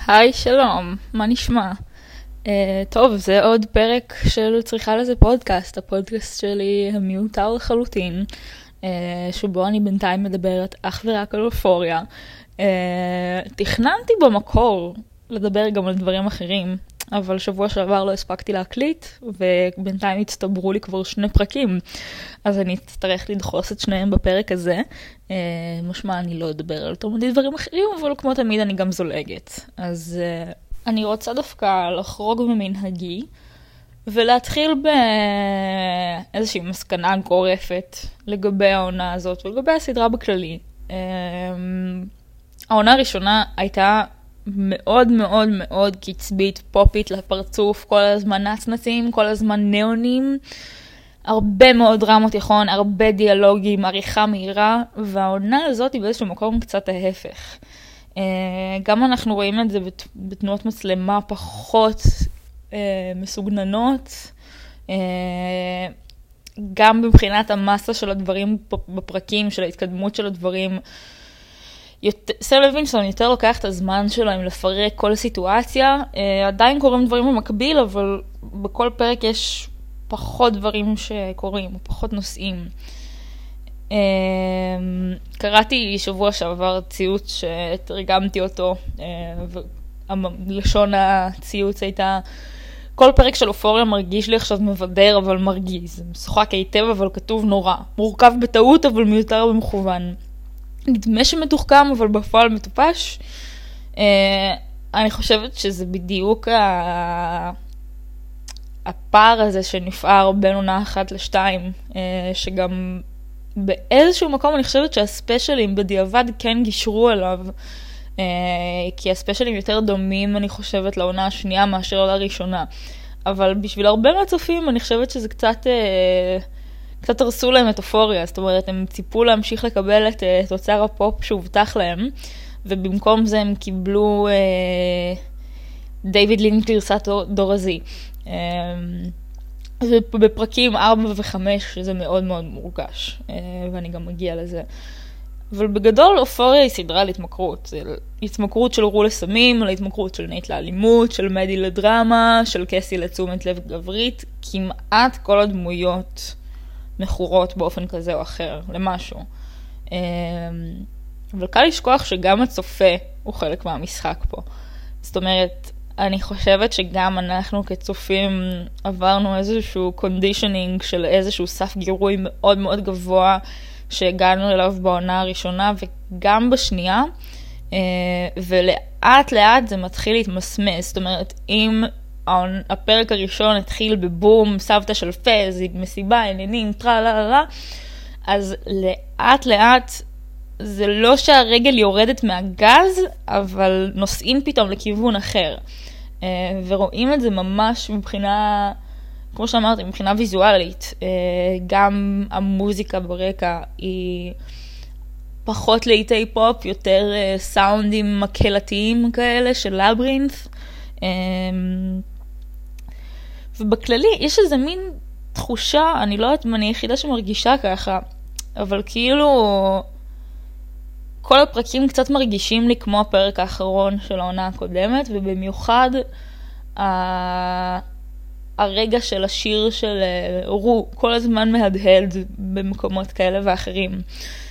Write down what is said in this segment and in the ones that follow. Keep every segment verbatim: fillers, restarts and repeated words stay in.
היי, שלום, מה נשמע? Uh, טוב, זה עוד פרק של צריכה לזה פודקאסט, הפודקאסט שלי המיותר לחלוטין, uh, שבו אני בינתיים מדברת אך ורק על אופוריה. Uh, תכננתי במקור לדבר גם על דברים אחרים, אבל שבוע שעבר לא הספקתי להקליט, ובינתיים הצטברו לי כבר שני פרקים, אז אני אצטרך לדחוס את שניהם בפרק הזה. Uh, משמע, אני לא אדבר על תלמודי דברים אחרים, אבל כמו תמיד אני גם זולגת. אז uh, אני רוצה דווקא לחרוג ממנהגי, ולהתחיל באיזושהי מסקנה גורפת לגבי העונה הזאת, ולגבי הסדרה בכללי. Uh, העונה הראשונה הייתה מאוד מאוד מאוד קצבית, פופית לפרצוף, כל הזמן נצנצים, כל הזמן ניאונים, הרבה מאוד דרמות יכון, הרבה דיאלוגים, עריכה מהירה, והעונה הזאת היא באיזשהו מקום קצת ההפך. גם אנחנו רואים את זה בתנועות מצלמה פחות מסוגננות, גם מבחינת המסה של הדברים בפרקים, של ההתקדמות של הדברים, סם לוינסון יותר לוקח את הזמן שלו עם לפרק כל סיטואציה, עדיין קוראים דברים במקביל, אבל בכל פרק יש פחות דברים שקורים, פחות נושאים. קראתי שבוע שעבר ציוץ שתרגמתי אותו, ולשון הציוץ הייתה, כל פרק של אופוריה מרגיש לי עכשיו מבדר אבל מרגיז, משוחק היטב אבל כתוב נורא, מורכב בטעות אבל מיותר במכוון. נדמה שמתוחכם, אבל בפועל מטופש. אני חושבת שזה בדיוק הפער הזה שנפער בין עונה אחת לשתיים, שגם באיזשהו מקום אני חושבת שהספיישלים בדיעבד כן גישרו עליו, כי הספיישלים יותר דומים, אני חושבת, לעונה השנייה מאשר לעונה הראשונה. אבל בשביל הרבה מהצופים אני חושבת שזה קצת... קצת הרסו להם את אופוריה, זאת אומרת, הם ציפו להמשיך לקבל את uh, תוצר הפופ שהובטח להם, ובמקום זה הם קיבלו uh, דיוויד לינץ' גרסת דור הזי. Uh, ובפרקים ארבע וחמש זה מאוד מאוד מורגש, uh, ואני גם מגיע לזה. אבל בגדול אופוריה היא סדרה להתמכרות, זה התמכרות של רו לסמים, להתמכרות של נייט לאלימות, של מדי לדרמה, של קסי לתשומת לב גברית, כמעט כל הדמויות מכורות באופן כזה או אחר, למשהו. אבל קל לשכוח שגם הצופה הוא חלק מהמשחק פה. זאת אומרת, אני חושבת שגם אנחנו כצופים עברנו איזשהו conditioning של איזשהו סף גירוי מאוד מאוד גבוה שהגענו אליו בעונה הראשונה וגם בשנייה, ולאט לאט זה מתחיל להתמסמס. זאת אומרת, אם הפרק הראשון התחיל בבום, סבתא של פז, מסיבה, עניינים, טרה, לה, לה, לה, אז לאט לאט זה לא שהרגל יורדת מהגז, אבל נוסעים פתאום לכיוון אחר. ורואים את זה ממש מבחינה, כמו שאמרתי, מבחינה ויזואלית. גם המוזיקה ברקע היא פחות לעיתי פופ, יותר סאונדים מקהלתיים כאלה של לברינת'. ובכללי יש איזה מין תחושה, אני לא יודעת, אני היחידה שמרגישה ככה, אבל כאילו כל הפרקים קצת מרגישים לי כמו הפרק האחרון של העונה הקודמת, ובמיוחד ה... הרגע של השיר של רו כל הזמן מהדהד במקומות כאלה ואחרים.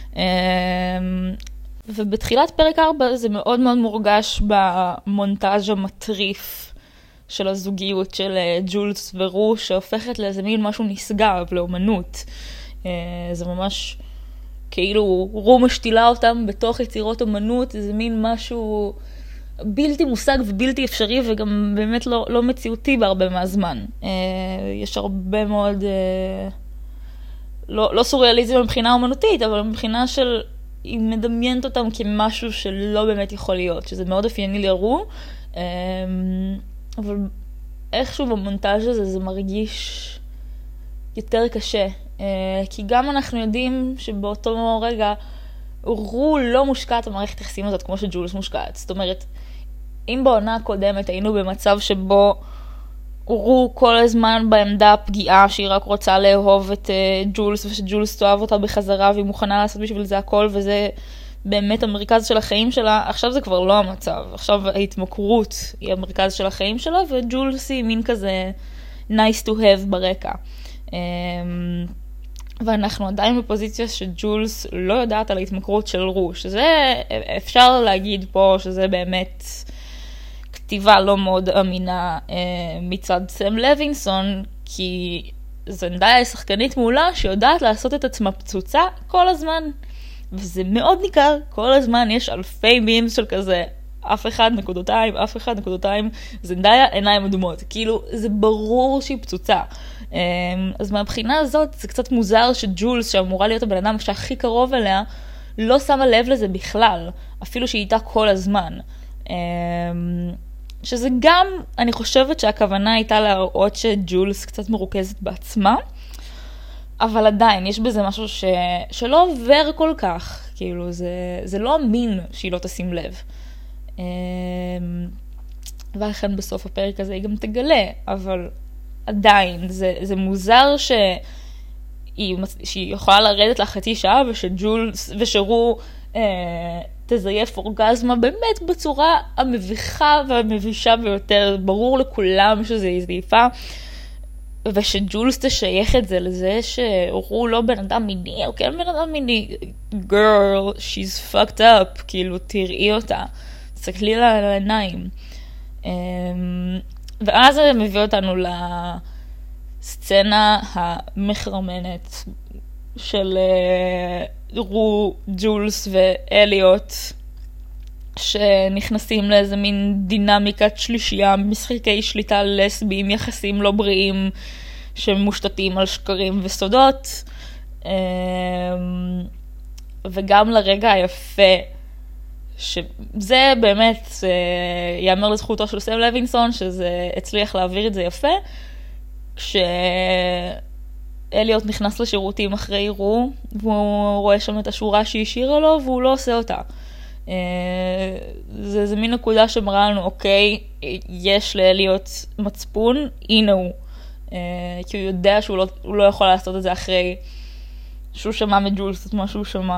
ובתחילת פרק ארבע זה מאוד מאוד מורגש במונטאז' המטריף של הזוגיות של ג'ולס ורו, שהופכת לאיזה מין משהו נשגב, לאומנות. זה ממש כאילו רו משתילה אותם בתוך יצירות אומנות, זה מין משהו בלתי מושג ובלתי אפשרי, וגם באמת לא, לא מציאותי בהרבה מהזמן. יש הרבה מאוד, לא, לא סוריאליזם מבחינה אומנותית, אבל מבחינה של, היא מדמיינת אותם כמשהו שלא באמת יכול להיות, שזה מאוד אופייני לרו, אבל איכשהו במונטאז' הזה זה מרגיש יותר קשה. כי גם אנחנו יודעים שבאותו רגע רו לא מושקעת המערכת יחסים הזאת כמו שג'ולס מושקעת. זאת אומרת, אם בעונה הקודמת היינו במצב שבו רו כל הזמן בעמדה הפגיעה שהיא רק רוצה לאהוב את ג'ולס ושג'ולס תאהב אותה בחזרה והיא מוכנה לעשות בשביל זה הכל, וזה באמת המרכז של החיים שלה, עכשיו זה כבר לא המצב. עכשיו ההתמכרות היא המרכז של החיים שלה, וג'ולס היא מין כזה nice to have ברקע. ואנחנו עדיין בפוזיציה שג'ולס לא יודעת על ההתמכרות של רו, שזה אפשר להגיד פה שזה באמת כתיבה לא מאוד אמינה מצד סם לוינסון, כי זנדאיה היא שחקנית מעולה שיודעת לעשות את עצמה פצוצה כל הזמן. וזה מאוד ניכר, כל הזמן יש אלפי מימס של כזה, אף אחד נקודותיים, אף אחד נקודותיים, זנדאיה עיניים אדומות. כאילו, זה ברור שהיא פצוצה. אז מהבחינה הזאת, זה קצת מוזר שג'ולס, שאמורה להיות הבן אדם שהכי קרוב אליה, לא שמה לב לזה בכלל, אפילו שהיא איתה כל הזמן. שזה גם, אני חושבת שהכוונה הייתה להראות שג'ולס קצת מרוכזת בעצמה, אבל עדיין, יש בזה משהו ש... שלא עובר כל כך, כאילו, זה, זה לא אמין שהיא לא תשים לב. ולכן בסוף הפרק הזה היא גם תגלה, אבל עדיין, זה, זה מוזר שהיא, שהיא יכולה לרדת לחצי שעה, ושג'ולס, ושרו אה, תזייף אורגזמה באמת בצורה המביכה והמבישה ביותר. ברור לכולם שזה זייפה, ושג'ולס תשייך את זה לזה שרו לא בן אדם מיני, או כן בן אדם מיני. girl, she's fucked up, כאילו תראי אותה, תסתכלי לה על העיניים. ואז זה מביא אותנו לסצנה המחרמנת של רו, ג'ולס ואליוט, שנכנסים לאיזה מין דינמיקת שלישייה, משחקי שליטה לסביים, יחסים לא בריאים שמושתתים על שקרים וסודות. וגם לרגע היפה, שזה באמת יאמר לזכותו של סם לוינסון, שזה הצליח להעביר את זה יפה, כשאליוט נכנס לשירותים אחרי רו, והוא רואה שם את השורה שהיא השאירה לו, והוא לא עושה אותה. זה, זה מין נקודה שמראה לנו, אוקיי, יש לאליוט מצפון, הנה הוא. כי הוא יודע שהוא לא, הוא לא יכול לעשות את זה אחרי שהוא שמע מג'ולס את מה שהוא שמע.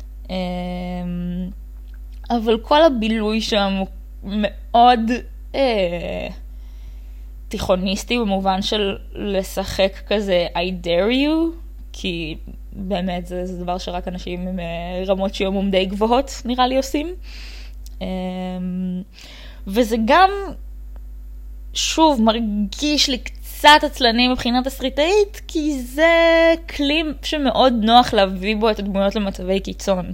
אבל כל הבילוי שם הוא מאוד אה, תיכוניסטי, במובן של לשחק כזה I dare you, כי באמת זה, זה דבר שרק אנשים עם רמות שיומום די גבוהות נראה לי עושים. וזה גם שוב מרגיש לי קצת עצלני מבחינת הסריטאית, כי זה כלי שמאוד נוח להביא בו את הדמויות למצבי קיצון.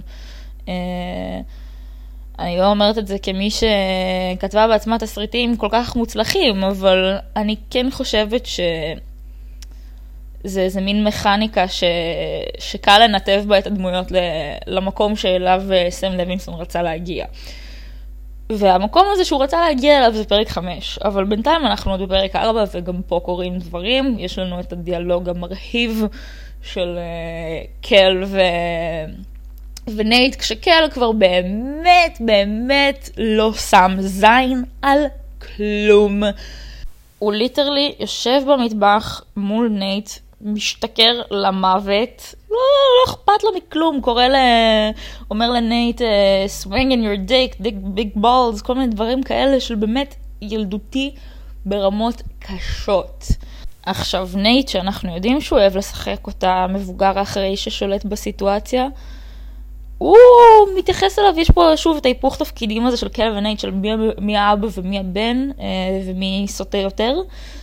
אני לא אומרת את זה כמי שכתבה בעצמה תסריטים כל כך מוצלחים, אבל אני כן חושבת ש... זה, זה מין מכניקה ש, שקל לנתב בה את הדמויות למקום שאליו סם לוינסון רצה להגיע. והמקום הזה שהוא רצה להגיע אליו זה פרק חמש, אבל בינתיים אנחנו עוד בפרק ארבע, וגם פה קוראים דברים. יש לנו את הדיאלוג המרהיב של uh, קל ו... ונייט, כשקל כבר באמת באמת לא שם זין על כלום. הוא ליטרלי יושב במטבח מול נייט, משתכר למוות, לא, לא אכפת לו מכלום, קורא ל... אומר לנייט, swing in your dick, dick big balls, כל מיני דברים כאלה של באמת ילדותי ברמות קשות. עכשיו נייט, שאנחנו יודעים שהוא אוהב לשחק אותה מבוגר אחרי ששולט בסיטואציה, הוא מתייחס אליו, יש פה שוב את ההיפוך תפקידים הזה של קל ונייט, של מי, מי האבא ומי הבן, ומי סוטה יותר,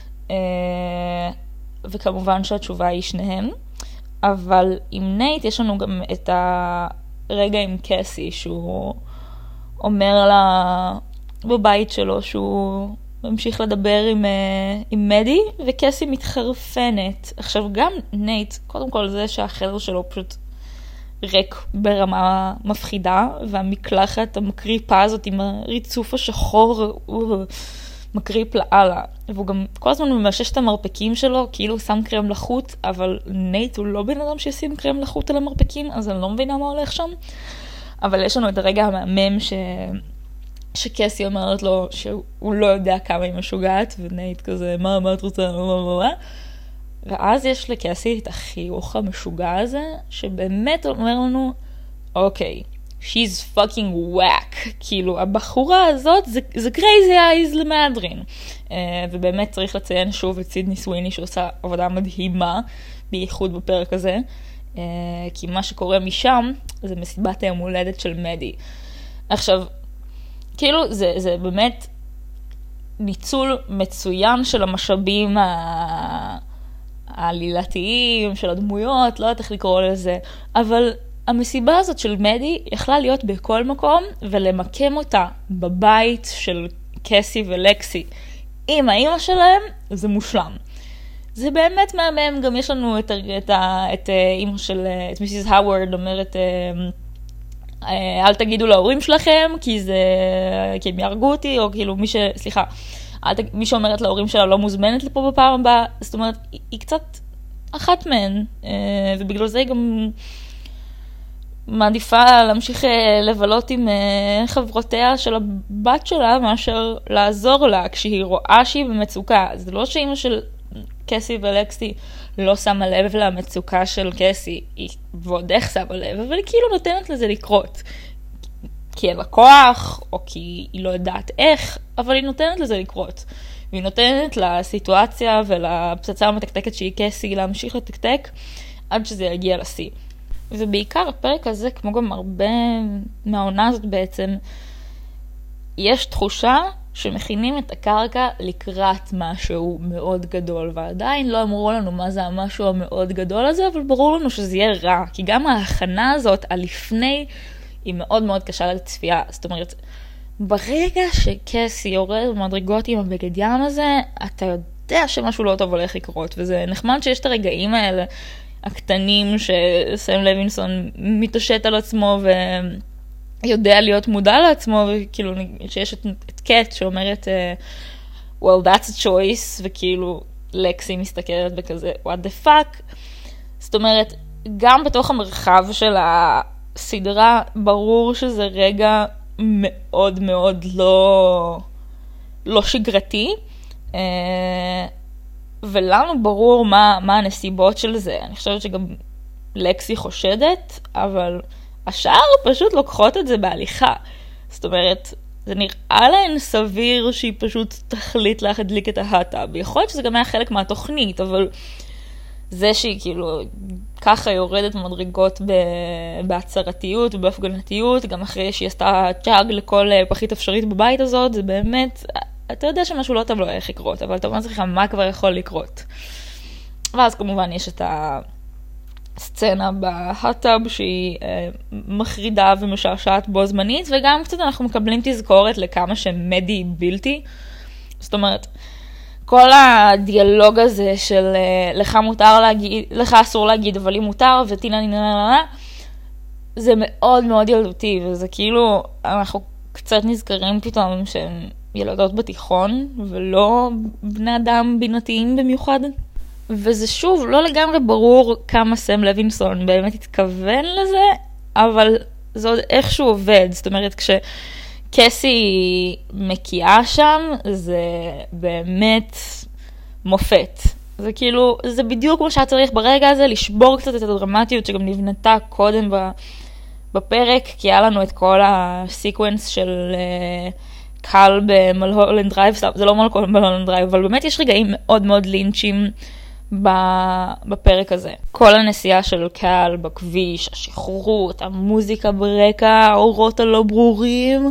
וכמובן שהתשובה היא שניהם. אבל עם נייט יש לנו גם את הרגע עם קסי, שהוא אומר לה בבית שלו שהוא ממשיך לדבר עם, עם מדי, וקסי מתחרפנת. עכשיו גם נייט, קודם כל זה שהחדר שלו פשוט ריק ברמה מפחידה, והמקלחת המקריפה הזאת עם הריצוף השחור הוא מקריפ לאללה. והוא גם כל הזמן ממשש את המרפקים שלו, כאילו הוא שם קרם לחוט, אבל נייט הוא לא בן אדם שישים קרם לחוט על המרפקים, אז אני לא מבינה מה הולך שם. אבל יש לנו את הרגע המאמם ש... שקסי אומרת לו שהוא לא יודע כמה היא משוגעת, ונייט כזה, מה, מה את רוצה, מה, מה, מה, ואז יש לקסי את החיוך המשוגע הזה, שבאמת אומר לנו, אוקיי, she's fucking whack. כאילו, הבחורה הזאת זה, זה crazy eyes למהדרין. Uh, ובאמת צריך לציין שוב את סידני סוויני שעושה עבודה מדהימה, בייחוד בפרק הזה. Uh, כי מה שקורה משם זה מסיבת היום הולדת של מדי. עכשיו, כאילו זה, זה באמת ניצול מצוין של המשאבים העלילתיים, של הדמויות, לא יודעת איך לקרוא לזה, אבל המסיבה הזאת של מדי יכלה להיות בכל מקום ולמקם אותה בבית של קסי ולקסי עם האמא שלהם, זה מושלם. זה באמת מהמם, גם יש לנו את, את, את אמא של, את מיסיס האוורד אומרת, אל תגידו להורים שלכם, כי זה, כי הם יהרגו אותי, או כאילו מי ש, סליחה, ת, מי שאומרת להורים שלה לא מוזמנת לפה בפעם הבאה, זאת אומרת, היא, היא קצת אחת מהן, ובגלל זה היא גם מעדיפה להמשיך לבלות עם חברותיה של הבת שלה, מאשר לעזור לה כשהיא רואה שהיא במצוקה. זה לא שאמא של קסי ולקסי לא שמה לב למצוקה של קסי, היא ועוד איך שמה לב, אבל היא כאילו נותנת לזה לקרות. כי אין לה כוח, או כי היא לא יודעת איך, אבל היא נותנת לזה לקרות. והיא נותנת לסיטואציה ולפצצה המתקתקת שהיא קסי להמשיך לתקתק, עד שזה יגיע לשיא. ובעיקר הפרק הזה, כמו גם הרבה מהעונה הזאת בעצם, יש תחושה שמכינים את הקרקע לקראת משהו מאוד גדול, ועדיין לא אמרו לנו מה זה המשהו המאוד גדול הזה, אבל ברור לנו שזה יהיה רע, כי גם ההכנה הזאת, הלפני, היא מאוד מאוד קשה לצפייה. זאת אומרת, ברגע שקסי יורד במדרגות עם הבגד ים הזה, אתה יודע שמשהו לא טוב הולך לקרות, וזה נחמד שיש את הרגעים האלה, הקטנים שסם לוינסון מתעשת על עצמו ויודע להיות מודע לעצמו, וכאילו שיש את, את קט שאומרת uh, well that's a choice, וכאילו לקסי מסתכלת בכזה what the fuck. זאת אומרת, גם בתוך המרחב של הסדרה ברור שזה רגע מאוד מאוד לא, לא שגרתי, uh, ולנו ברור מה, מה הנסיבות של זה. אני חושבת שגם לקסי חושדת, אבל השאר פשוט לוקחות את זה בהליכה. זאת אומרת, זה נראה להן סביר שהיא פשוט תחליט להדליק את ההטאב. יכול להיות שזה גם היה חלק מהתוכנית, אבל זה שהיא כאילו ככה יורדת במדרגות בהצהרתיות ובהפגנתיות, גם אחרי שהיא עשתה צ'אג לכל פחית אפשרית בבית הזאת, זה באמת, אתה יודע שמשהו לא טוב לא איך לקרות, אבל אתה אומר לך מה כבר יכול לקרות. ואז כמובן יש את הסצנה בהטאב שהיא אה, מחרידה ומשעשעת בו זמנית, וגם קצת אנחנו מקבלים תזכורת לכמה שמדי בלתי. זאת אומרת, כל הדיאלוג הזה של לך מותר להגיד, לך אסור להגיד, אבל אם מותר, וטינה נינה נינה, זה מאוד מאוד ילדותי, וזה כאילו, אנחנו קצת נזכרים פתאום שהן ילדות בתיכון, ולא בני אדם בינתיים במיוחד. וזה שוב, לא לגמרי ברור כמה סם לוינסון באמת התכוון לזה, אבל זה עוד איכשהו עובד. זאת אומרת, כשקסי מקיאה שם, זה באמת מופת. זה כאילו, זה בדיוק כמו שאת צריך ברגע הזה, לשבור קצת את הדרמטיות שגם נבנתה קודם בפרק, כי היה לנו את כל הסיקוונס של קל במלהולנד דרייב, זה לא מלהולנד דרייב, אבל באמת יש רגעים מאוד מאוד לינצ'ים בפרק הזה. כל הנסיעה של קל בכביש, השחרות, המוזיקה ברקע, האורות הלא ברורים,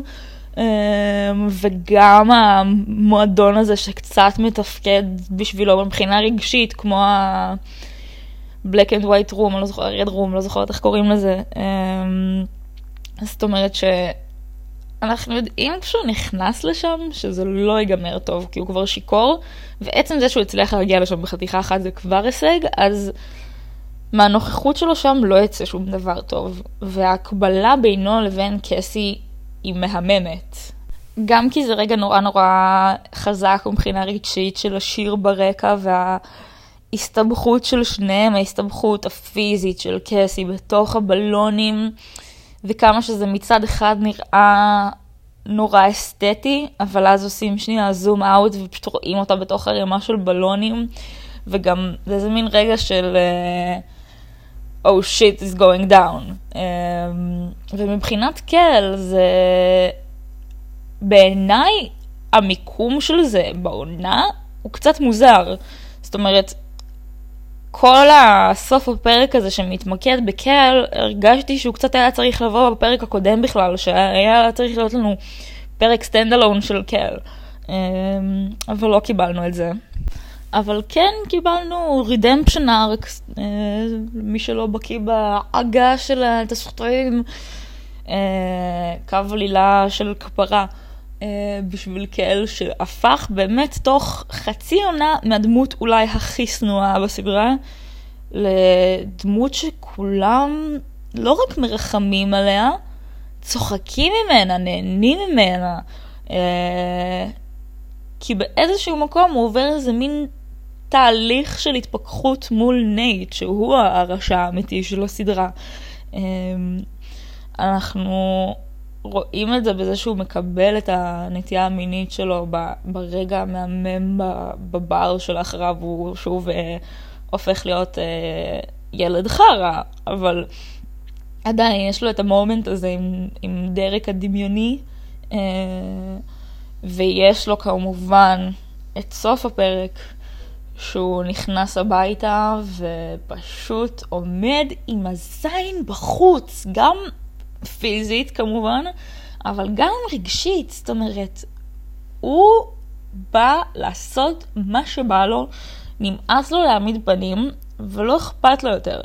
וגם המועדון הזה שקצת מתפקד בשבילו מבחינה רגשית, כמו ה-black and white room, אני לא זוכרת, red room, לא זוכרת איך קוראים לזה. זאת אומרת שאנחנו יודעים כשהוא נכנס לשם, שזה לא ייגמר טוב, כי הוא כבר שיקור, ועצם זה שהוא הצליח להגיע לשם בחתיכה אחת זה כבר הישג, אז מהנוכחות שלו שם לא יצא שום דבר טוב. וההקבלה בינו לבין קסי היא מהממת. גם כי זה רגע נורא נורא חזק מבחינה רגשית של השיר ברקע, וההסתבכות של שניהם, ההסתבכות הפיזית של קסי בתוך הבלונים, וכמה שזה מצד אחד נראה נורא אסתטי, אבל אז עושים שנייה זום אאוט ופשוט רואים אותה בתוך הרמה של בלונים, וגם זה איזה מין רגע של oh shit is going down. Um, ומבחינת קל, זה בעיניי המיקום של זה בעונה הוא קצת מוזר. זאת אומרת, כל הסוף הפרק הזה שמתמקד בקל, הרגשתי שהוא קצת היה צריך לבוא בפרק הקודם בכלל, שהיה צריך להיות לנו פרק סטנדלון של קל. אבל לא קיבלנו את זה. אבל כן קיבלנו רידמפשן ארק, מי שלא בקיא בעגה של התסריטאים, קו עלילה של כפרה בשביל קל, שהפך באמת תוך חצי עונה מהדמות אולי הכי שנואה בסדרה, לדמות שכולם לא רק מרחמים עליה, צוחקים ממנה, נהנים ממנה, כי באיזשהו מקום הוא עובר איזה מין תהליך של התפכחות מול נייט, שהוא הרשע האמיתי של הסדרה. אנחנו רואים את זה בזה שהוא מקבל את הנטייה המינית שלו ברגע המהמם בבר שלאחריו, הוא שוב הופך להיות ילד חרה, אבל עדיין יש לו את המומנט הזה עם, עם דרק הדמיוני, ויש לו כמובן את סוף הפרק שהוא נכנס הביתה ופשוט עומד עם הזין בחוץ, גם פיזית כמובן, אבל גם רגשית. זאת אומרת, הוא בא לעשות מה שבא לו, נמאס לו להעמיד פנים ולא אכפת לו יותר.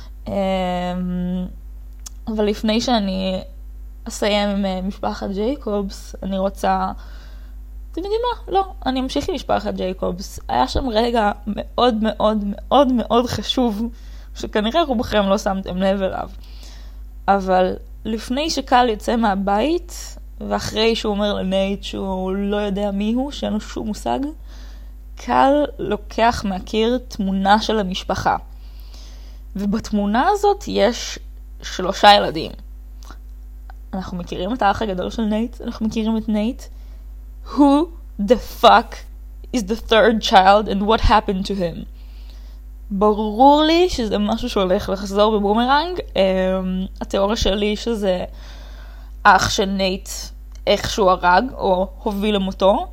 אבל לפני שאני אסיים עם משפחת ג'ייקובס, אני רוצה, אתם יודעים מה? לא, אני אמשיך עם משפחת ג'ייקובס. היה שם רגע מאוד מאוד מאוד מאוד חשוב, שכנראה רובכם לא שמתם לב אליו. אבל לפני שקל יוצא מהבית, ואחרי שהוא אומר לנייט שהוא לא יודע מי הוא, שאין לו שום מושג, קל לוקח מהקיר תמונה של המשפחה. ובתמונה הזאת יש שלושה ילדים. אנחנו מכירים את האח הגדול של נייט, אנחנו מכירים את נייט. Who the fuck is the third child and what happened to him? ברור לי שזה משהו שהולך לחזור בבומרנג. התיאוריה שלי שזה אח של נייט איכשהו הרג או הוביל למותו.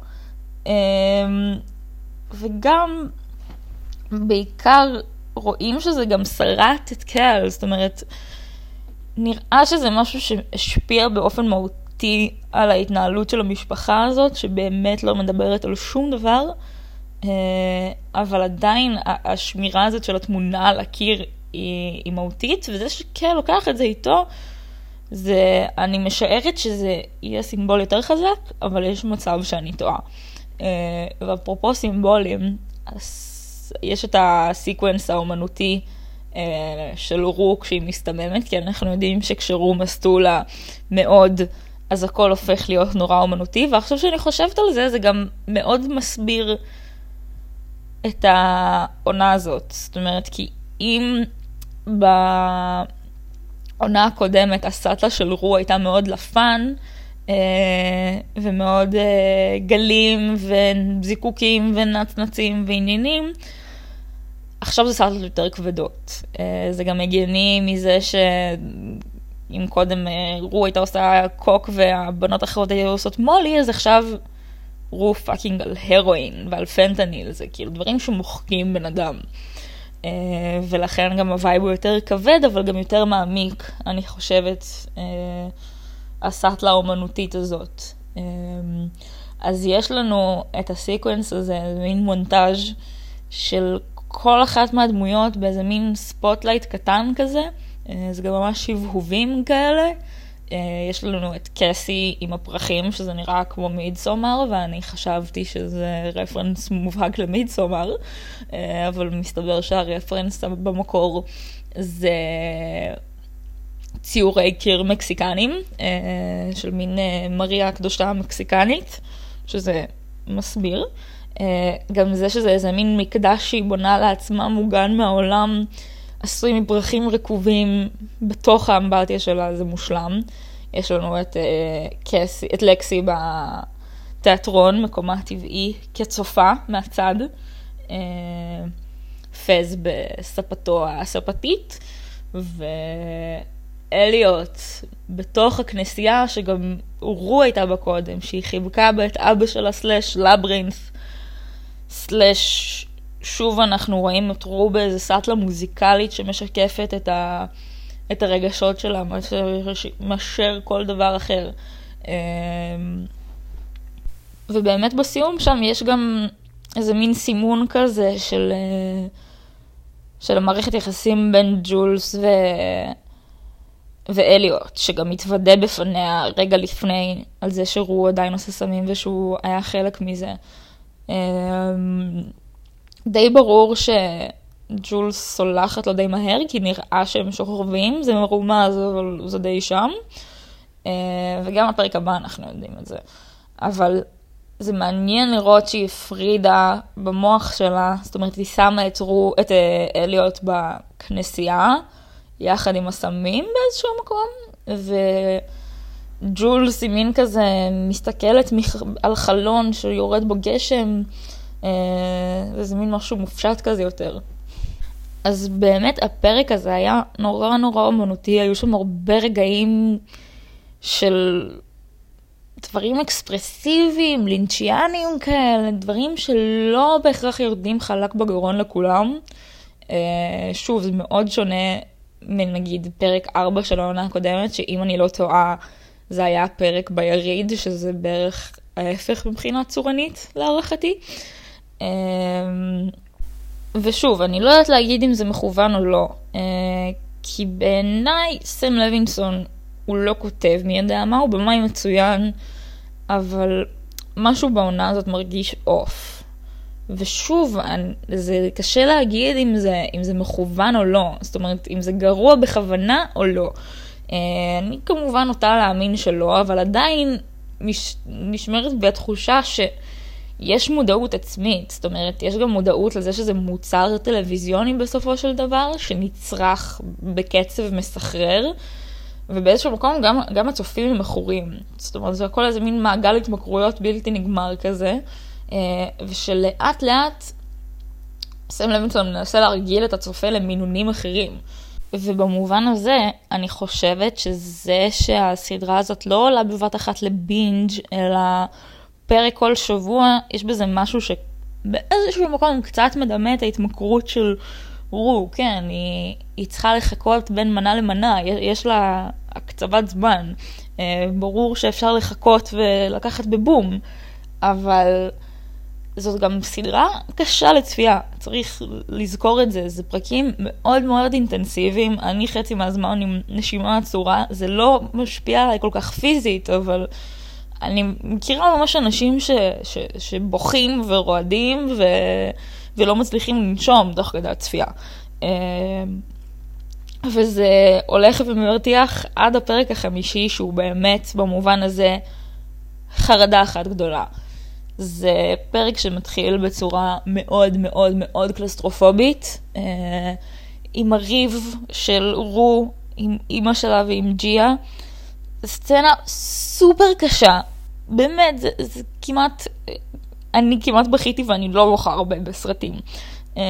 וגם בעיקר רואים שזה גם שרט את קל. זאת אומרת, נראה שזה משהו שהשפיע באופן מהותי על ההתנהלות של המשפחה הזאת, שבאמת לא מדברת על שום דבר, אבל עדיין השמירה הזאת של התמונה על הקיר היא, היא מהותית, וזה שקל לוקח את זה איתו, זה, אני משערת שזה יהיה סימבול יותר חזק, אבל יש מצב שאני טועה. ואפרופו סימבולים, יש את הסיקוונס האומנותי של רו כשהיא מסתממת, כי אנחנו יודעים שכשרו מסטולה מאוד, אז הכל הופך להיות נורא אומנותי, ועכשיו שאני חושבת על זה, זה גם מאוד מסביר את העונה הזאת. זאת אומרת, כי אם בעונה הקודמת הסטלה של רו הייתה מאוד לפן, ומאוד גלים וזיקוקים ונצנצים ועניינים, עכשיו זה סטלות יותר כבדות. זה גם הגיוני מזה שאם קודם רו הייתה עושה קוק והבנות אחרות היו עושות מולי, אז עכשיו רו פאקינג על הרואין ועל פנטניל, זה כאילו דברים שמוחקים בן אדם. ולכן גם הווייב הוא יותר כבד, אבל גם יותר מעמיק, אני חושבת, הסטלה האומנותית הזאת. אז יש לנו את הסיקוונס הזה, מין מונטאז' של כל אחת מהדמויות באיזה מין ספוטלייט קטן כזה, זה גם ממש שבהובים כאלה. יש לנו את קסי עם הפרחים, שזה נראה כמו מידסומר, ואני חשבתי שזה רפרנס מובהק למידסומר, אבל מסתבר שהרפרנס במקור זה ציורי קיר מקסיקנים, של מין מריה הקדושה המקסיקנית, שזה מסביר. גם זה שזה איזה מין מקדש שהיא בונה לעצמה מוגן מהעולם, עשוי מפרחים רקובים בתוך האמבטיה שלה, זה מושלם. יש לנו את, קסי, את לקסי בתיאטרון, מקומה הטבעי, כצופה מהצד, פז בספתו הספתית, ואליוט בתוך הכנסייה, שגם רו הייתה בה קודם, שהיא חיבקה בה את אבא שלה סלש לברינס, סלש שוב אנחנו רואים את רו באיזה סאטלה מוזיקלית שמשקפת את, ה, את הרגשות שלה, מאשר, מאשר כל דבר אחר. ובאמת בסיום שם יש גם איזה מין סימון כזה של, של המערכת יחסים בין ג'ולס ו... ואליוט, שגם מתוודה בפניה רגע לפני על זה שהוא עדיין עושה סמים ושהוא היה חלק מזה. די ברור שג'ולס סולחת לו די מהר, כי נראה שהם שוכבים, זה מרומז, אבל זה די שם. וגם בפרק הבא אנחנו יודעים את זה. אבל זה מעניין לראות שהיא הפרידה במוח שלה, זאת אומרת, היא שמה את, רו, את אליוט בכנסייה, יחד עם הסמים באיזשהו מקום, וג'ולס היא מין כזה מסתכלת על חלון שיורד בו גשם, וזה מין משהו מופשט כזה יותר. אז באמת הפרק הזה היה נורא נורא אומנותי, היו שם הרבה רגעים של דברים אקספרסיביים, לינצ'יאניים כאלה, דברים שלא בהכרח יורדים חלק בגרון לכולם. שוב, זה מאוד שונה מנגיד פרק ארבע של העונה הקודמת, שאם אני לא טועה, זה היה פרק ביריד, שזה בערך ההפך מבחינה צורנית להערכתי. ושוב, אני לא יודעת להגיד אם זה מכוון או לא, כי בעיניי סם לוינסון הוא לא כותב מי יודע מה, הוא במאי מצוין, אבל משהו בעונה הזאת מרגיש אוף. ושוב, זה קשה להגיד אם זה, אם זה מכוון או לא, זאת אומרת, אם זה גרוע בכוונה או לא. אני כמובן נוטה להאמין שלא, אבל עדיין נשמרת בתחושה שיש מודעות עצמית, זאת אומרת, יש גם מודעות לזה שזה מוצר טלוויזיוני בסופו של דבר, שנצרך בקצב מסחרר, ובאיזשהו מקום גם, גם הצופים הם מכורים. זאת אומרת, זה הכל איזה מין מעגל התמכרויות בלתי נגמר כזה, ושלאט לאט סם לוינסון מנסה להרגיל את הצופה למינונים אחרים. ובמובן הזה, אני חושבת שזה שהסדרה הזאת לא עולה בבת אחת לבינג', אלא פרק כל שבוע, יש בזה משהו שבאיזשהו מקום קצת מדמה את ההתמכרות של רו, כן, היא, היא צריכה לחכות בין מנה למנה, יש לה הקצבת זמן. ברור שאפשר לחכות ולקחת בבום, אבל זאת גם סדרה קשה לצפייה, צריך לזכור את זה, זה פרקים מאוד מאוד אינטנסיביים, אני חצי מהזמן עם נשימה עצורה, זה לא משפיע עליי כל כך פיזית, אבל אני מכירה ממש אנשים ש, ש, שבוכים ורועדים ו, ולא מצליחים לנשום תוך כדי הצפייה. וזה הולך ומרתיח עד הפרק החמישי, שהוא באמת במובן הזה חרדה אחת גדולה. זה פרק שמתחיל בצורה מאוד מאוד מאוד קלסטרופובית, אה, עם הריב של רו, עם אמא שלה ועם ג'יה. סצנה סופר קשה, באמת, זה, זה כמעט, אני כמעט בכיתי ואני לא בוכה הרבה בסרטים. אה,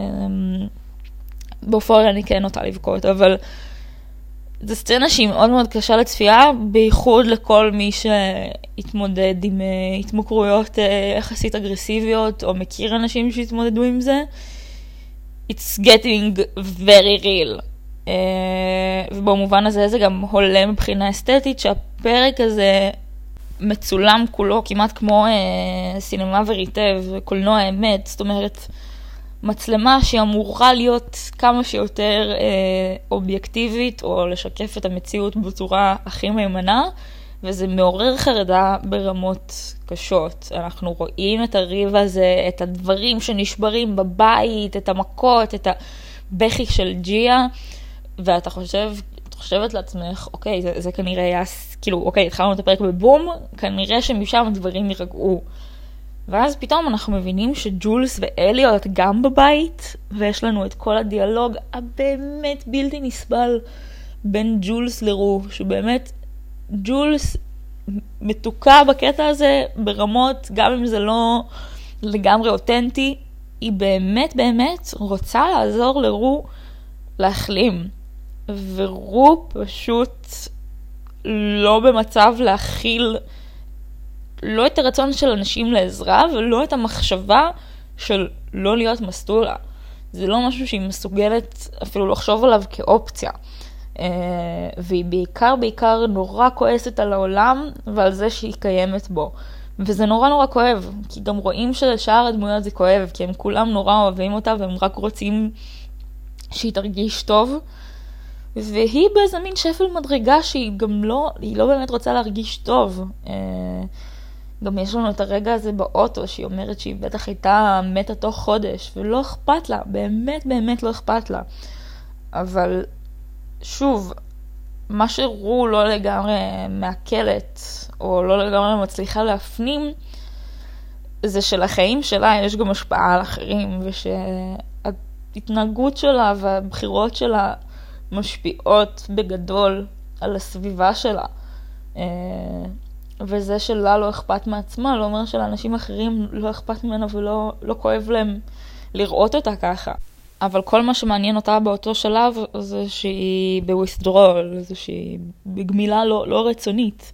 בפועל אני כן נוטה לבכות, אבל זו סצנה שהיא מאוד מאוד קשה לצפייה, בייחוד לכל מי שהתמודד עם התמכרויות יחסית אגרסיביות, או מכיר אנשים שהתמודדו עם זה. It's getting very real. ובמובן הזה זה גם הולם מבחינה אסתטית, שהפרק הזה מצולם כולו כמעט כמו סינמה וריטב, קולנוע אמת, זאת אומרת, מצלמה שהיא אמורה להיות כמה שיותר אה, אובייקטיבית, או לשקף את המציאות בצורה הכי מימנה, וזה מעורר חרדה ברמות קשות. אנחנו רואים את הריב הזה, את הדברים שנשברים בבית, את המכות, את הבכי של ג'יה, ואתה חושב, את חושבת לעצמך, אוקיי, זה, זה כנראה היה, כאילו, אוקיי, התחלנו את הפרק בבום, כנראה שמשם הדברים ירגעו. ואז פתאום אנחנו מבינים שג'ולס ואליוט גם בבית, ויש לנו את כל הדיאלוג הבאמת בלתי נסבל בין ג'ולס לרו, שבאמת ג'ולס מתוקה בקטע הזה ברמות, גם אם זה לא לגמרי אותנטי, היא באמת באמת רוצה לעזור לרו להחלים. ורו פשוט לא במצב להכיל לא את הרצון של אנשים לעזרה, ולא את המחשבה של לא להיות מסטולה. זה לא משהו שהיא מסוגלת אפילו לחשוב עליו כאופציה. והיא בעיקר בעיקר נורא כועסת על העולם ועל זה שהיא קיימת בו. וזה נורא נורא כואב, כי גם רואים שלשאר הדמויות זה כואב, כי הם כולם נורא אוהבים אותה והם רק רוצים שהיא תרגיש טוב. והיא באיזה מין שפל מדרגה שהיא גם לא, היא לא באמת רוצה להרגיש טוב. גם יש לנו את הרגע הזה באוטו שהיא אומרת שהיא בטח הייתה מתה תוך חודש, ולא אכפת לה, באמת באמת לא אכפת לה. אבל שוב, מה שרו לא לגמרי מעכלת, או לא לגמרי מצליחה להפנים, זה שלחיים שלה יש גם השפעה על אחרים, ושההתנהגות שלה והבחירות שלה משפיעות בגדול על הסביבה שלה. וזה שלה לא אכפת מעצמה, לא אומר שלאנשים אחרים לא אכפת ממנה ולא לא כואב להם לראות אותה ככה. אבל כל מה שמעניין אותה באותו שלב זה שהיא בווית'דרול, זה שהיא בגמילה לא, לא רצונית.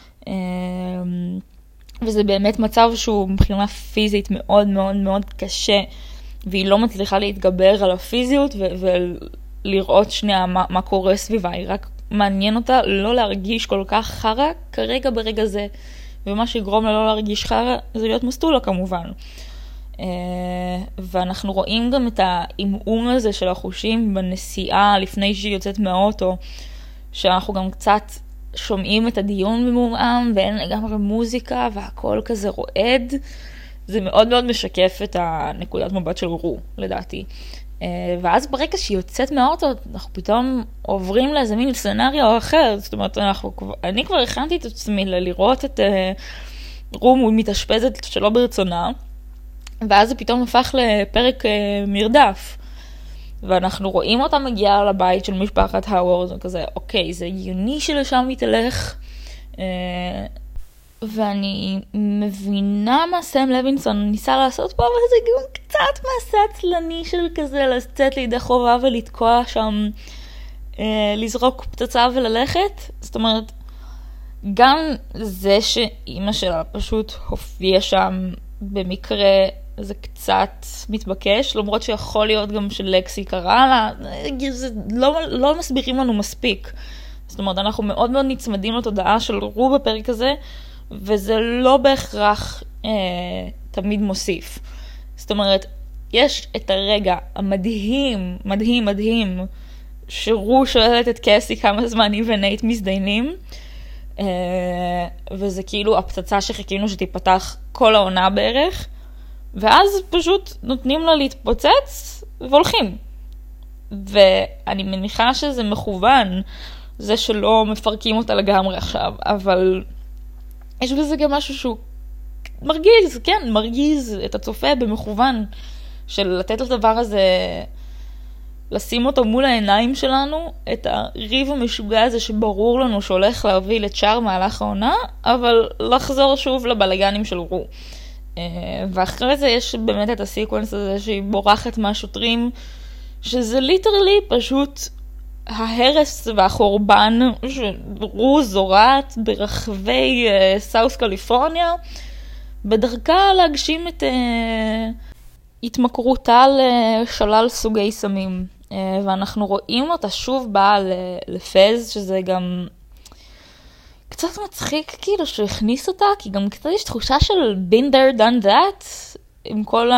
וזה באמת מצב שהוא מבחינה פיזית מאוד מאוד מאוד קשה, והיא לא מצליחה להתגבר על הפיזיות ו- ולראות שנייה מה, מה קורה סביבה. היא רק מעניין אותה לא להרגיש כל כך חרה כרגע ברגע זה, ומה שיגרום לה לא להרגיש חרה זה להיות מסטולה כמובן. ואנחנו רואים גם את האימום הזה של החושים בנסיעה לפני שהיא יוצאת מהאוטו, שאנחנו גם קצת שומעים את הדיון במומעם ואין לגמרי מוזיקה והכל כזה רועד. זה מאוד מאוד משקף את הנקודת מבט של רו, לדעתי. ואז ברגע שהיא יוצאת מהאוטו, אנחנו פתאום עוברים לאיזה מין סנריו אחר. זאת אומרת, אנחנו, אני כבר הכנתי את עצמי לראות את רו מתאשפזת שלא ברצונה, ואז זה פתאום הפך לפרק מרדף. ואנחנו רואים אותה מגיעה לבית של משפחת האוורד, וכזה, אוקיי, זה הגיוני שלשם היא תלך. ואני מבינה מה סם לוינסון ניסה לעשות פה, אבל זה גם קצת מעשה עצלני של כזה, לצאת לידי חובה ולתקוע שם, לזרוק פצצה וללכת. זאת אומרת, גם זה שאימא שלה פשוט הופיעה שם במקרה, זה קצת מתבקש, למרות שיכול להיות גם שלקסי קרא לה, זה לא, לא מסבירים לנו מספיק. זאת אומרת, אנחנו מאוד מאוד נצמדים לתודעה של רו בפרק הזה, וזה לא בהכרח אה, תמיד מוסיף. זאת אומרת, יש את הרגע המדהים, מדהים, מדהים, שרו שואלת את קסי כמה זמן היא ונייט מזדיינים, אה, וזה כאילו הפצצה שחיכינו שתיפתח כל העונה בערך, ואז פשוט נותנים לה להתפוצץ והולכים. ואני מניחה שזה מכוון, זה שלא מפרקים אותה לגמרי עכשיו, אבל יש בזה גם משהו שהוא מרגיז, כן, מרגיז את הצופה במכוון, של לתת לדבר הזה, לשים אותו מול העיניים שלנו, את הריב המשוגע הזה שברור לנו שהולך להביא לצ'אר מהלך העונה, אבל לחזור שוב לבלגנים של רו. ואחרי זה יש באמת את הסיקוונס הזה שהיא בורחת מהשוטרים, שזה ליטרלי פשוט ההרס והחורבן שרו זורעת ברחבי סאוס קליפורניה, בדרכה להגשים את התמכרותה לשלל סוגי סמים. ואנחנו רואים אותה שוב באה לפז, שזה גם קצת מצחיק כאילו שהכניס אותה, כי גם קצת יש תחושה של been there done that, עם כל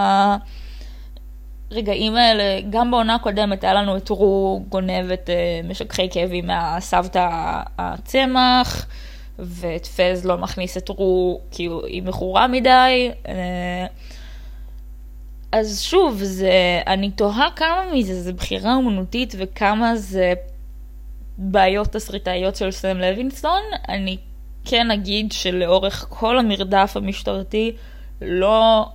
הרגעים האלה. גם בעונה הקודמת היה לנו את רו גונב את משככי כאבים מהסבתא הצמח, ואת פז לא מכניס את רו כי היא מכורה מדי. אז שוב, זה, אני תוהה כמה מזה זה בחירה אומנותית וכמה זה בעיות תסריטאיות של סם לוינסון. אני כן אגיד שלאורך כל המרדף המשטרתי לא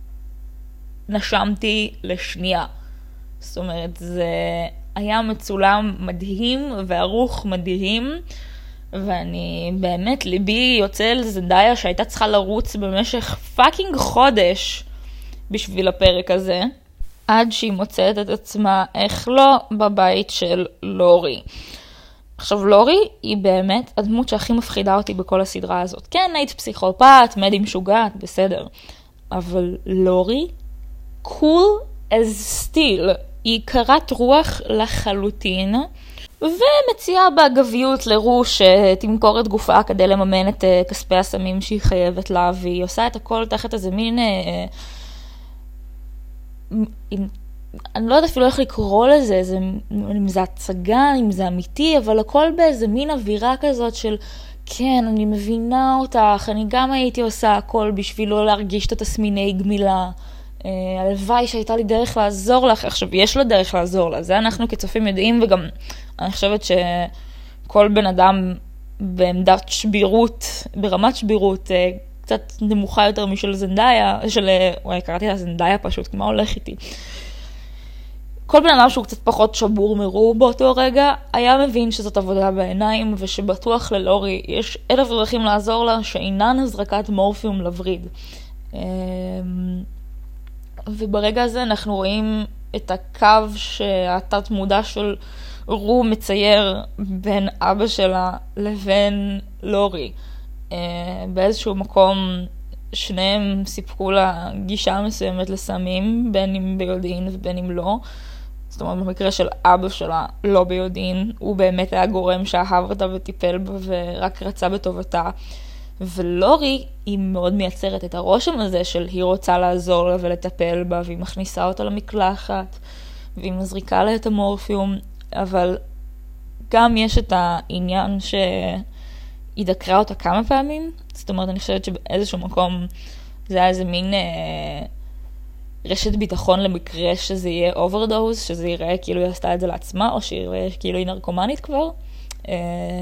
נשמתי לשנייה. זאת אומרת, זה היה מצולם מדהים וערוך מדהים, ואני באמת, ליבי יוצא לזנדאיה שהייתה צריכה לרוץ במשך פאקינג חודש בשביל הפרק הזה. עד שהיא מוצאת את עצמה איך לא בבית של לורי. עכשיו, לורי היא באמת הדמות שהכי מפחידה אותי בכל הסדרה הזאת. כן, היית פסיכופת, מדי משוגעת, בסדר. אבל לורי, cool as steel, היא קרת רוח לחלוטין, ומציעה באגביות לרו שתמכור את גופה כדי לממן את כספי הסמים שהיא חייבת לה, והיא עושה את הכל תחת איזה מין... אני לא יודעת אפילו איך לקרוא לזה, זה, אם זה הצגה, אם זה אמיתי, אבל הכל באיזה מין אווירה כזאת של, כן, אני מבינה אותך, אני גם הייתי עושה הכל בשביל לא להרגיש את התסמיני גמילה. אה, הלוואי שהייתה לי דרך לעזור לך, עכשיו יש לה דרך לעזור לה, זה אנחנו כצופים יודעים, וגם אני חושבת שכל בן אדם בעמדת שבירות, ברמת שבירות, אה, קצת נמוכה יותר משל זנדאיה, של, וואי, קראתי לה זנדאיה פשוט, מה הולך איתי? כל בן אדם שהוא קצת פחות שבור מרו באותו רגע, היה מבין שזאת עבודה בעיניים, ושבטוח ללורי יש אלף דרכים לעזור לה, שאינן הזרקת מורפיום לבריד. וברגע הזה אנחנו רואים את הקו שהתת מודע של רו מצייר בין אבא שלה לבין לורי. באיזשהו מקום שניהם סיפקו לה גישה מסוימת לסמים, בין אם ביודעין ובין אם לא. זאת אומרת, במקרה של אבא שלה, לא ביודעין, הוא באמת היה גורם שאהב אותה וטיפל בה ורק רצה בטובתה. ולורי היא מאוד מייצרת את הרושם הזה של היא רוצה לעזור לה ולטפל בה, והיא מכניסה אותה למקלחת, והיא מזריקה לה את המורפיום, אבל גם יש את העניין שהיא דקרה אותה כמה פעמים. זאת אומרת, אני חושבת שבאיזשהו מקום זה היה איזה מין אה, רשת ביטחון למקרה שזה יהיה אוברדוז, שזה יראה כאילו היא עשתה את זה לעצמה, או שיראה כאילו היא נרקומנית כבר. אה,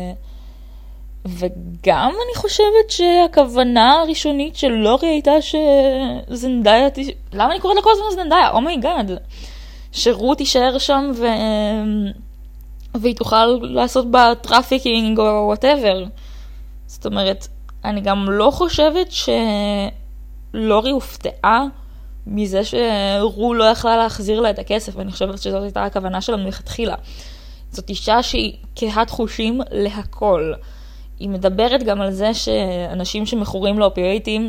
וגם אני חושבת שהכוונה הראשונית של לורי הייתה שזנדאיה, למה אני קוראת לה כל הזמן זנדאיה? אומייגאד. שרו תישאר שם ו... והיא תוכל לעשות בה טראפיקינג או whatever. זאת אומרת, אני גם לא חושבת שלורי הופתעה מזה שרו לא יכלה להחזיר לה את הכסף, ואני חושבת שזאת הייתה הכוונה שלה מלכתחילה. זאת אישה שהיא קהת חושים להכל. היא מדברת גם על זה שאנשים שמכורים לאופיואידים,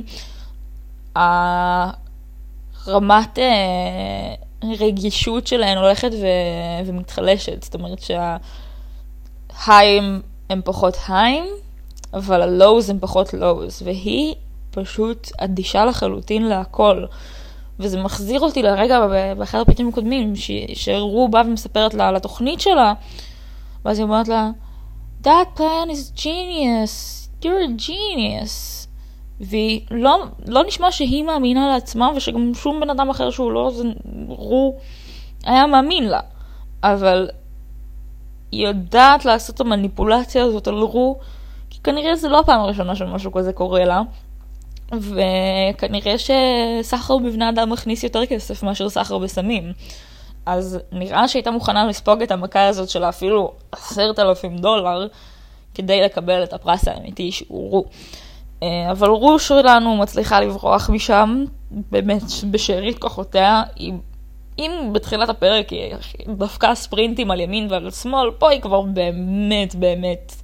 הרמת רגישות שלהן הולכת ו... ומתחלשת. זאת אומרת שההיים הם פחות היים, אבל הלוז הם פחות לוז, והיא פשוט אדישה לחלוטין להכל. וזה מחזיר אותי לרגע באחד הפרקים הקודמים, ש... שרו בא ומספרת לה על התוכנית שלה, ואז היא אומרת לה, That plan is genius, you're a genius. והיא לא, לא נשמע שהיא מאמינה לעצמה, ושגם שום בן אדם אחר שהוא לא, זה רו, היה מאמין לה. אבל היא יודעת לעשות את המניפולציה הזאת על רו, כי כנראה זה לא הפעם הראשונה שמשהו כזה קורה לה, וכנראה שסחר בבני אדם מכניס יותר כסף מאשר סחר בסמים. אז נראה שהייתה מוכנה לספוג את המכה הזאת שלה אפילו עשרת אלפים דולר, כדי לקבל את הפרס האמיתי שהוא רו. אבל רו שלנו מצליחה לברוח משם, באמת בשארית כוחותיה. אם בתחילת הפרק היא דווקא ספרינטים על ימין ועל שמאל, פה היא כבר באמת באמת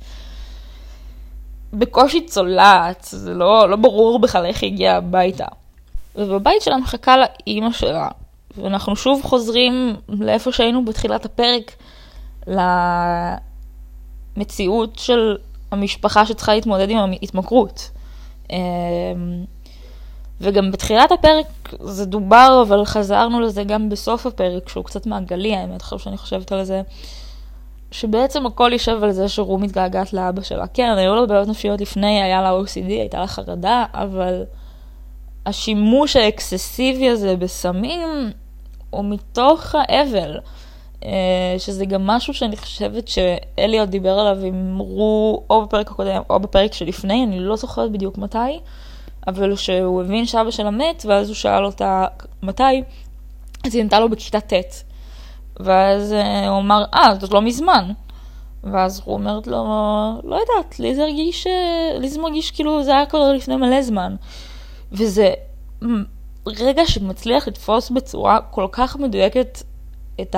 בקושי צולעת, זה לא, לא ברור בכלל איך היא הגיעה הביתה. ובבית שלה מחכה לה אימא שלה, ואנחנו שוב חוזרים לאיפה שהיינו בתחילת הפרק, למציאות של המשפחה שצריכה להתמודד עם ההתמכרות. וגם בתחילת הפרק זה דובר, אבל חזרנו לזה גם בסוף הפרק, שהוא קצת מעגלי, האמת, חושב שאני חושבת על זה, שבעצם הכל יישב על זה שרו מתגעגעת לאבא שלה. כן, היו לה בעיות נפשיות לפני, היה לה או סי די, הייתה לה חרדה, אבל השימוש האקססיבי הזה בסמים הוא מתוך האבל, שזה גם משהו שאני חושבת שאליוט דיבר עליו עם רו או בפרק הקודם או בפרק שלפני, אני לא זוכרת בדיוק מתי, אבל שהוא הבין שאבא שלה מת, ואז הוא שאל אותה מתי, אז היא נתה לו בכיתה ט', ואז הוא אמר, אה, זאת לא מזמן. ואז הוא אומרת לו, לא יודעת, לי זה הרגיש, לי זה מרגיש כאילו זה היה כבר לפני מלא זמן. וזה רגע שמצליח לתפוס בצורה כל כך מדויקת את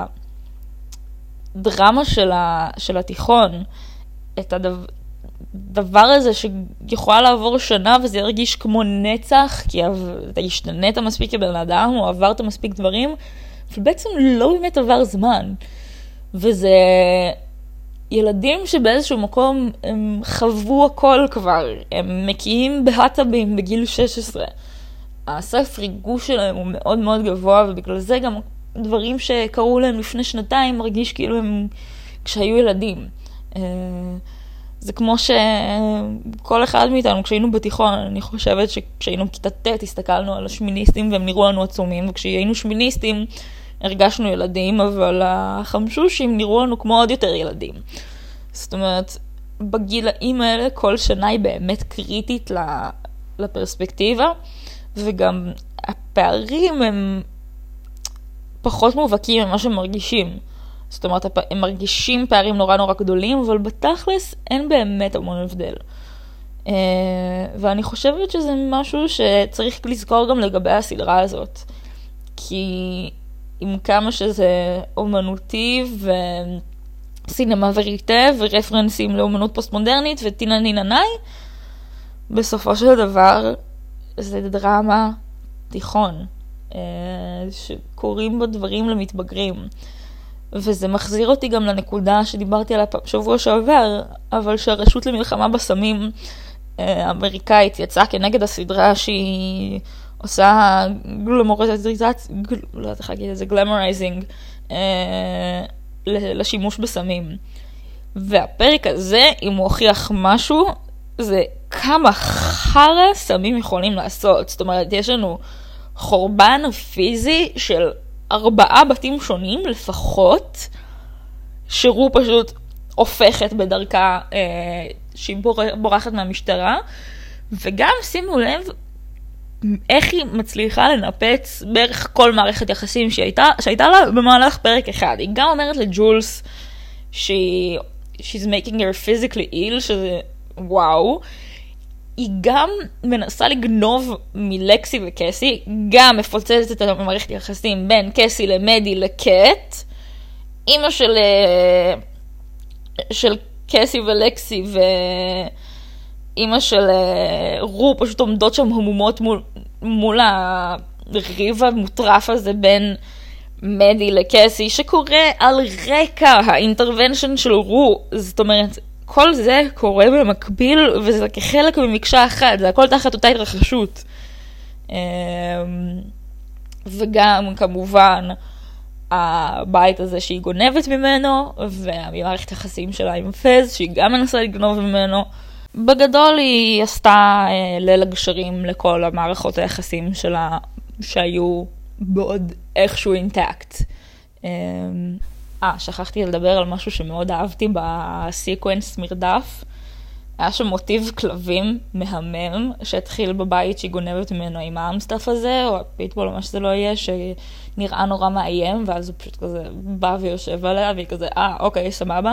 הדרמה של, ה, של התיכון, את הדבר, דבר הזה שיכולה לעבור שנה וזה ירגיש כמו נצח, כי אתה השתנית מספיק כבן אדם, או עברת מספיק דברים, ובעצם לא באמת עבר זמן. וזה ילדים שבאיזשהו מקום הם חוו הכל כבר, הם מקיאים בהטבים בגיל שש עשרה. הסף ריגוש שלהם הוא מאוד מאוד גבוה, ובגלל זה גם דברים שקרו להם לפני שנתיים מרגיש כאילו הם כשהיו ילדים. זה כמו שכל אחד מאיתנו, כשהיינו בתיכון, אני חושבת שכשהיינו בכיתה ט' הסתכלנו על השמיניסטים והם נראו לנו עצומים, וכשהיינו שמיניסטים הרגשנו ילדים, אבל החמשושים נראו לנו כמו עוד יותר ילדים. זאת אומרת, בגילאים האלה כל שנה היא באמת קריטית לפרספקטיבה, וגם הפערים הם פחות מובהקים ממה שהם מרגישים. זאת אומרת, הם מרגישים פערים נורא נורא גדולים, אבל בתכלס אין באמת המון הבדל. ואני חושבת שזה משהו שצריך לזכור גם לגבי הסדרה הזאת. כי עם כמה שזה אומנותי וסינמה וריטה ורפרנסים לאומנות פוסט-מודרנית וטינה ניננאי, בסופו של דבר זה דרמה תיכון, שקוראים בו דברים למתבגרים. וזה מחזיר אותי גם לנקודה שדיברתי עליה שבוע שעבר, אבל שהרשות למלחמה בסמים האמריקאית יצאה כנגד הסדרה שהיא עושה גלמוריזציה, לא יודעת איך להגיד את זה, גלמורייזינג לשימוש בסמים. והפרק הזה, אם הוא הוכיח משהו, זה כמה חרא סמים יכולים לעשות. זאת אומרת, יש לנו חורבן פיזי של ארבעה בתים שונים לפחות, שרו פשוט הופכת בדרכה אה, שהיא בורחת מהמשטרה, וגם שימו לב איך היא מצליחה לנפץ בערך כל מערכת יחסים שהייתה, שהייתה לה במהלך פרק אחד. היא גם אומרת לג'ולס שהיא she's making her physically ill, שזה וואו. היא גם מנסה לגנוב מלקסי וקסי, גם מפוצצת את המערכת יחסים בין קסי למדי לקט. אמא של של קסי ולקסי ואמא של רו פשוט עומדות שם המומות מול, מול הריב המוטרף הזה בין מדי לקסי, שקורה על רקע האינטרוונשן של רו. זאת אומרת, כל זה קורה במקביל, וזה כחלק ממקשה אחת, זה הכל תחת אותה התרחשות. וגם כמובן הבית הזה שהיא גונבת ממנו, והמערכת היחסים שלה עם פז, שהיא גם מנסה לגנוב ממנו. בגדול היא עשתה ליל הגשרים לכל המערכות היחסים שלה, שהיו בעוד איכשהו אינטקט. אה, שכחתי לדבר על משהו שמאוד אהבתי בסיקוונס מרדף. היה שם מוטיב כלבים מהמם, שהתחיל בבית שהיא גונבת ממנו עם האמסטף הזה, או הפיטבול או מה שזה לא יהיה, שנראה נורא מאיים, ואז הוא פשוט כזה בא ויושב עליה, והיא כזה, אה, אוקיי, סבבה.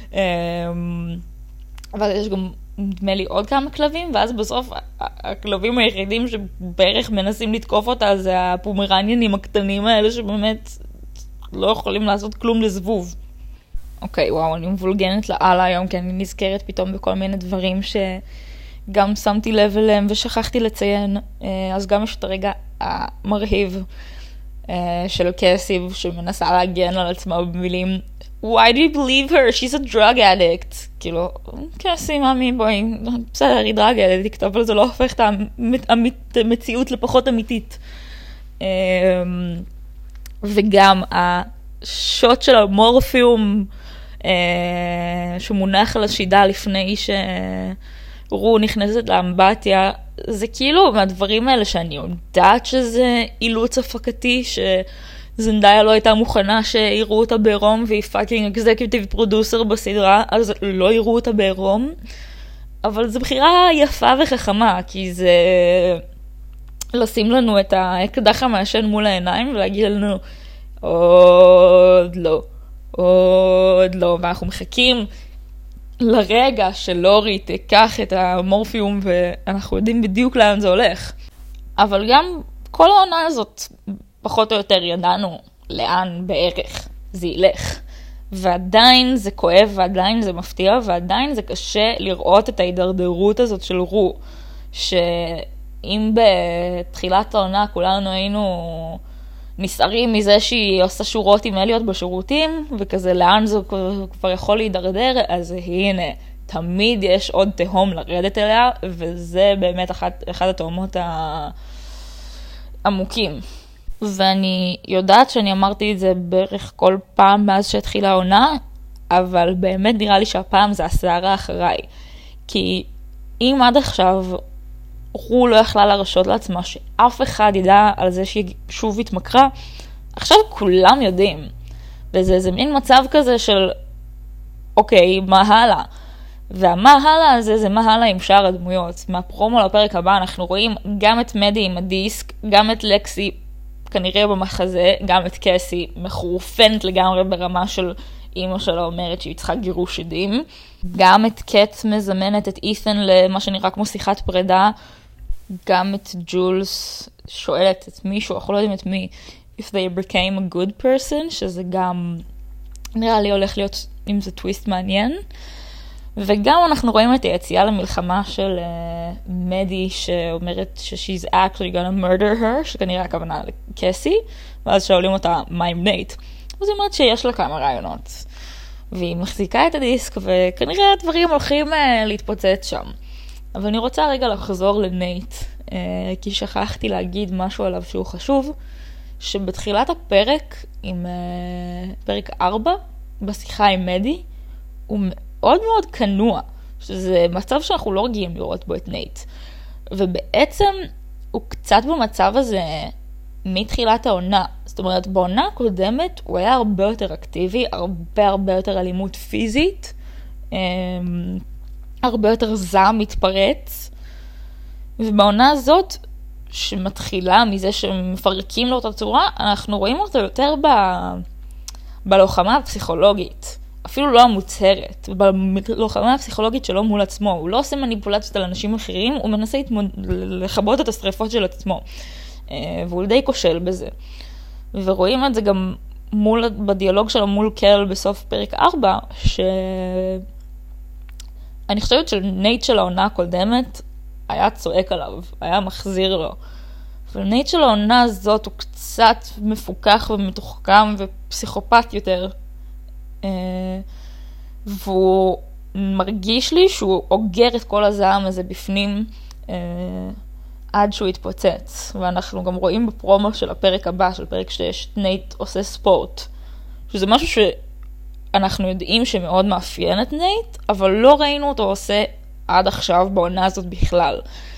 אבל יש גם, נדמה לי, עוד כמה כלבים, ואז בסוף הכלבים היחידים שבערך מנסים לתקוף אותה, זה הפומרניאנים הקטנים האלה, שבאמת לא יכולים לעשות כלום לזבוב. אוקיי, וואו, אני מבולגנת לאללה היום, כי אני נזכרת פתאום בכל מיני דברים שגם שמתי לב אליהם ושכחתי לציין. אז גם יש את הרגע המרהיב של קסי, שמנסה להגן על עצמה במילים, Why do you believe her? She's a drug addict. כאילו, קסי, מאמי, בואי, בסדר, היא דרג אדיקט, אבל זה לא הופך את המציאות לפחות אמיתית. וגם השוט של המורפיום שמונח על השידה לפני שרו נכנסת לאמבטיה, זה כאילו מהדברים האלה שאני יודעת שזה אילוץ הפקתי, שזנדאיה לא הייתה מוכנה שיראו אותה בעירום, והיא פאקינג אקזקיוטיב פרודוסר בסדרה, אז לא יראו אותה בעירום. אבל זו בחירה יפה וחכמה, כי זה לשים לנו את האקדח המעשן מול העיניים ולהגיד לנו, עוד לא, עוד לא, ואנחנו מחכים לרגע שלורי תיקח את המורפיום, ואנחנו יודעים בדיוק לאן זה הולך. אבל גם כל העונה הזאת, פחות או יותר ידענו לאן בערך זה ילך. ועדיין זה כואב, ועדיין זה מפתיע, ועדיין זה קשה לראות את ההידרדרות הזאת של רו. שאם בתחילת העונה כולנו היינו נסערים מזה שהיא עושה שורות עם אליות בשירותים, וכזה לאן זה כבר יכול להידרדר, אז הנה, תמיד יש עוד תהום לרדת אליה, וזה באמת אחת, אחד התהומות העמוקים. ואני יודעת שאני אמרתי את זה בערך כל פעם מאז שהתחילה העונה, אבל באמת נראה לי שהפעם זה הסערה אחריי. כי אם עד עכשיו רו לא יכלה לרשות לעצמה שאף אחד ידע על זה שהיא שוב התמכרה, עכשיו כולם יודעים. וזה איזה מין מצב כזה של, אוקיי, מה הלאה? והמה הלאה הזה זה מה הלאה עם שאר הדמויות. מהפרומו לפרק הבא אנחנו רואים גם את מדי עם הדיסק, גם את לקסי כנראה במחזה, גם את קסי מחורפנת לגמרי ברמה של אמא שלה אומרת שהיא צריכה גירוש עדים. גם את קט מזמנת את אית'ן למה שנראה כמו שיחת פרידה. גם את ג'ולס שואלת את מישהו, אנחנו לא יודעים את מי, if they became a good person, שזה גם נראה לי הולך להיות אם זה טוויסט מעניין. וגם אנחנו רואים את היציאה למלחמה של uh, מדי שאומרת ש-she's actually gonna murder her, שכנראה הכוונה לקסי, ואז שואלים אותה מה עם נייט. אז היא אומרת שיש לה כמה רעיונות. והיא מחזיקה את הדיסק וכנראה הדברים הולכים uh, להתפוצץ שם. אבל אני רוצה רגע לחזור לנייט, uh, כי שכחתי להגיד משהו עליו שהוא חשוב, שבתחילת הפרק, עם uh, פרק ארבע, בשיחה עם מדי, הוא מאוד מאוד קנוע, שזה מצב שאנחנו לא רגילים לראות בו את נייט. ובעצם הוא קצת במצב הזה מתחילת העונה. זאת אומרת, בעונה הקודמת הוא היה הרבה יותר אקטיבי, הרבה הרבה יותר אלימות פיזית, הרבה יותר זעם מתפרץ. ובעונה הזאת, שמתחילה מזה שמפרקים לו את הצורה, אנחנו רואים אותו יותר ב... בלוחמה הפסיכולוגית. אפילו לא המוצהרת, בלוחמה הפסיכולוגית שלו מול עצמו. הוא לא עושה מניפולציות על אנשים אחרים, הוא מנסה לחבות את השריפות של עצמו. והוא די כושל בזה. ורואים את זה גם מול, בדיאלוג שלו מול קל בסוף פרק ארבע, שאני חושבת שנייט של העונה הקודמת היה צועק עליו, היה מחזיר לו. אבל נייט של העונה הזאת הוא קצת מפוקח ומתוחכם ופסיכופת יותר. והוא מרגיש לי שהוא אוגר את כל הזעם הזה בפנים עד שהוא יתפוצץ. ואנחנו גם רואים בפרומו של הפרק הבא, של פרק שש, נייט עושה ספורט, שזה משהו שאנחנו יודעים שמאוד מאפיין את נייט, אבל לא ראינו אותו עושה עד עכשיו בעונה הזאת בכלל.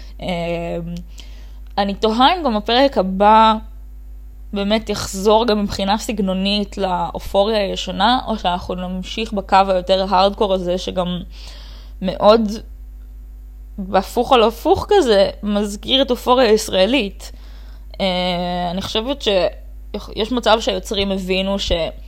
אני תוהה אם גם הפרק הבא באמת יחזור גם מבחינה סגנונית לאופוריה הישנה, או שאנחנו נמשיך בקו היותר הארדקור הזה, שגם מאוד בהפוך על הפוך כזה, מזכיר את אופוריה הישראלית. אני חושבת שיש מצב שהיוצרים הבינו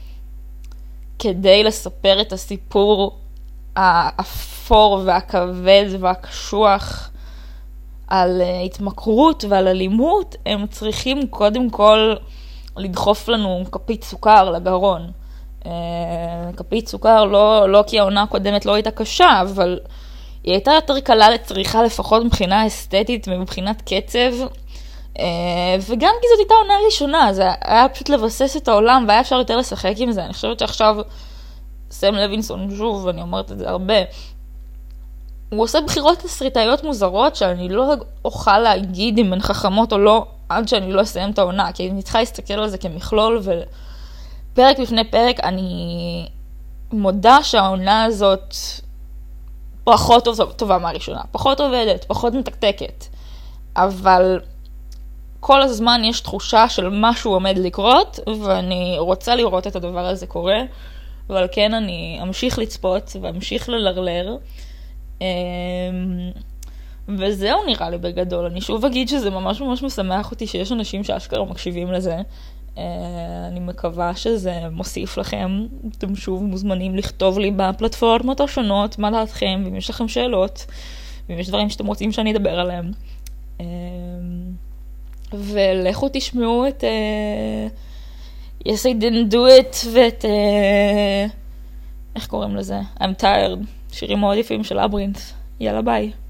שכדי לספר את הסיפור האפור והכבד והקשוח על התמכרות ועל אלימות, הם צריכים קודם כל לדחוף לנו כפית סוכר לגרון. כפית סוכר לא, לא כי העונה הקודמת לא הייתה קשה, אבל היא הייתה יותר קלה לצריכה לפחות מבחינה אסתטית ומבחינת קצב, וגם כי זאת הייתה עונה ראשונה, זה היה פשוט לבסס את העולם והיה אפשר יותר לשחק עם זה. אני חושבת שעכשיו סם לוינסון, שוב, ואני אומרת את זה הרבה, הוא עושה בחירות תסריטאיות מוזרות שאני לא אוכל להגיד אם הן חכמות או לא עד שאני לא אסיים את העונה, כי אני צריכה להסתכל על זה כמכלול, ופרק לפני פרק אני מודה שהעונה הזאת פחות טוב, טובה מהראשונה, פחות עובדת, פחות מתקתקת, אבל כל הזמן יש תחושה של משהו עומד לקרות, ואני רוצה לראות את הדבר הזה קורה, אבל כן אני אמשיך לצפות ואמשיך ללרלר, וזהו נראה לי בגדול. אני שוב אגיד שזה ממש ממש משמח אותי שיש אנשים שאשכרה מקשיבים לזה. אני מקווה שזה מוסיף לכם. אתם שוב מוזמנים לכתוב לי בפלטפורמות השונות מה דעתכם, ואם יש לכם שאלות, ואם יש דברים שאתם רוצים שאני אדבר עליהם. ולכו תשמעו את uh, Yes I Didn't Do It ואת uh, איך קוראים לזה? I'm Tired, שירים מאוד יפים של אברינט. יאללה ביי.